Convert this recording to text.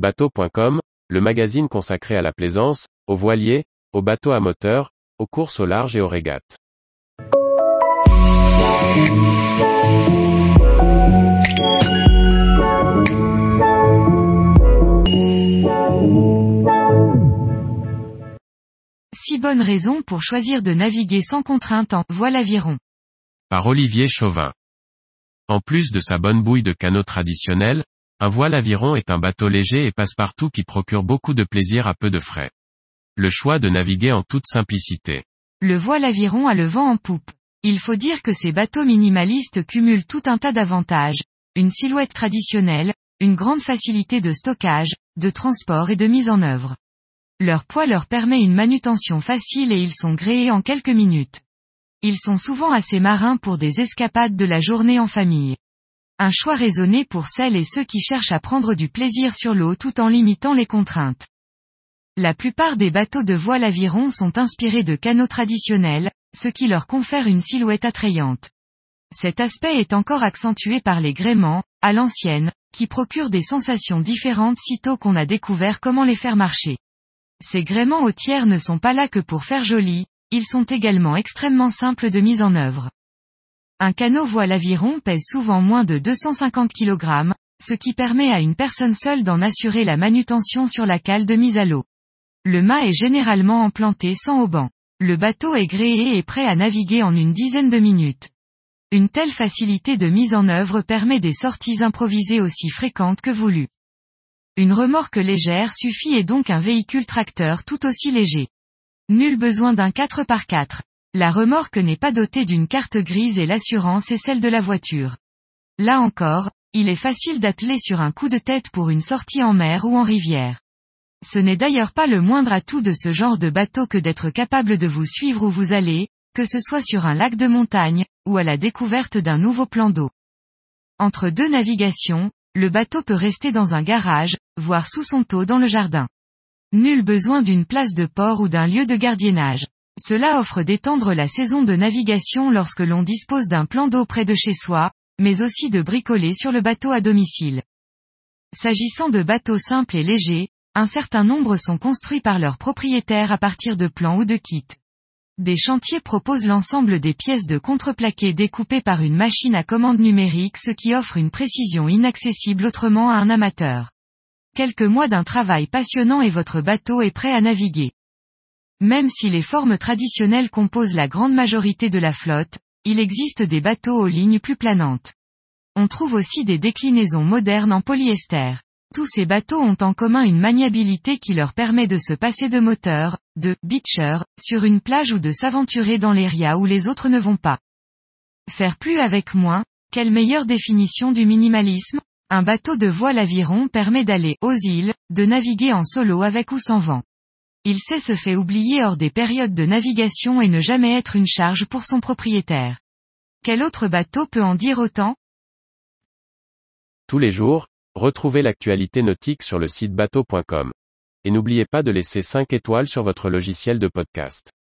Bateau.com, le magazine consacré à la plaisance, aux voiliers, aux bateaux à moteur, aux courses au large et aux régates. Six bonnes raisons pour choisir de naviguer sans contrainte en voile aviron. Par Olivier Chauvin. En plus de sa bonne bouille de canot traditionnelle, un voile aviron est un bateau léger et passe-partout qui procure beaucoup de plaisir à peu de frais. Le choix de naviguer en toute simplicité. Le voile aviron a le vent en poupe. Il faut dire que ces bateaux minimalistes cumulent tout un tas d'avantages. Une silhouette traditionnelle, une grande facilité de stockage, de transport et de mise en œuvre. Leur poids leur permet une manutention facile et ils sont gréés en quelques minutes. Ils sont souvent assez marins pour des escapades de la journée en famille. Un choix raisonné pour celles et ceux qui cherchent à prendre du plaisir sur l'eau tout en limitant les contraintes. La plupart des bateaux de voile aviron sont inspirés de canots traditionnels, ce qui leur confère une silhouette attrayante. Cet aspect est encore accentué par les gréements, à l'ancienne, qui procurent des sensations différentes sitôt qu'on a découvert comment les faire marcher. Ces gréements au tiers ne sont pas là que pour faire joli, ils sont également extrêmement simples de mise en œuvre. Un canot voile aviron pèse souvent moins de 250 kg, ce qui permet à une personne seule d'en assurer la manutention sur la cale de mise à l'eau. Le mât est généralement emplanté sans auban. Le bateau est gréé et prêt à naviguer en une dizaine de minutes. Une telle facilité de mise en œuvre permet des sorties improvisées aussi fréquentes que voulues. Une remorque légère suffit et donc un véhicule tracteur tout aussi léger. Nul besoin d'un 4x4. La remorque n'est pas dotée d'une carte grise et l'assurance est celle de la voiture. Là encore, il est facile d'atteler sur un coup de tête pour une sortie en mer ou en rivière. Ce n'est d'ailleurs pas le moindre atout de ce genre de bateau que d'être capable de vous suivre où vous allez, que ce soit sur un lac de montagne, ou à la découverte d'un nouveau plan d'eau. Entre deux navigations, le bateau peut rester dans un garage, voire sous son taux dans le jardin. Nul besoin d'une place de port ou d'un lieu de gardiennage. Cela offre d'étendre la saison de navigation lorsque l'on dispose d'un plan d'eau près de chez soi, mais aussi de bricoler sur le bateau à domicile. S'agissant de bateaux simples et légers, un certain nombre sont construits par leurs propriétaires à partir de plans ou de kits. Des chantiers proposent l'ensemble des pièces de contreplaqué découpées par une machine à commande numérique, ce qui offre une précision inaccessible autrement à un amateur. Quelques mois d'un travail passionnant et votre bateau est prêt à naviguer. Même si les formes traditionnelles composent la grande majorité de la flotte, il existe des bateaux aux lignes plus planantes. On trouve aussi des déclinaisons modernes en polyester. Tous ces bateaux ont en commun une maniabilité qui leur permet de se passer de moteur, de beacher, sur une plage ou de s'aventurer dans l'area où les autres ne vont pas. Faire plus avec moins, quelle meilleure définition du minimalisme ? Un bateau de voile aviron permet d'aller aux îles, de naviguer en solo avec ou sans vent. Il sait se fait oublier hors des périodes de navigation et ne jamais être une charge pour son propriétaire. Quel autre bateau peut en dire autant ? Tous les jours, retrouvez l'actualité nautique sur le site bateau.com. Et n'oubliez pas de laisser 5 étoiles sur votre logiciel de podcast.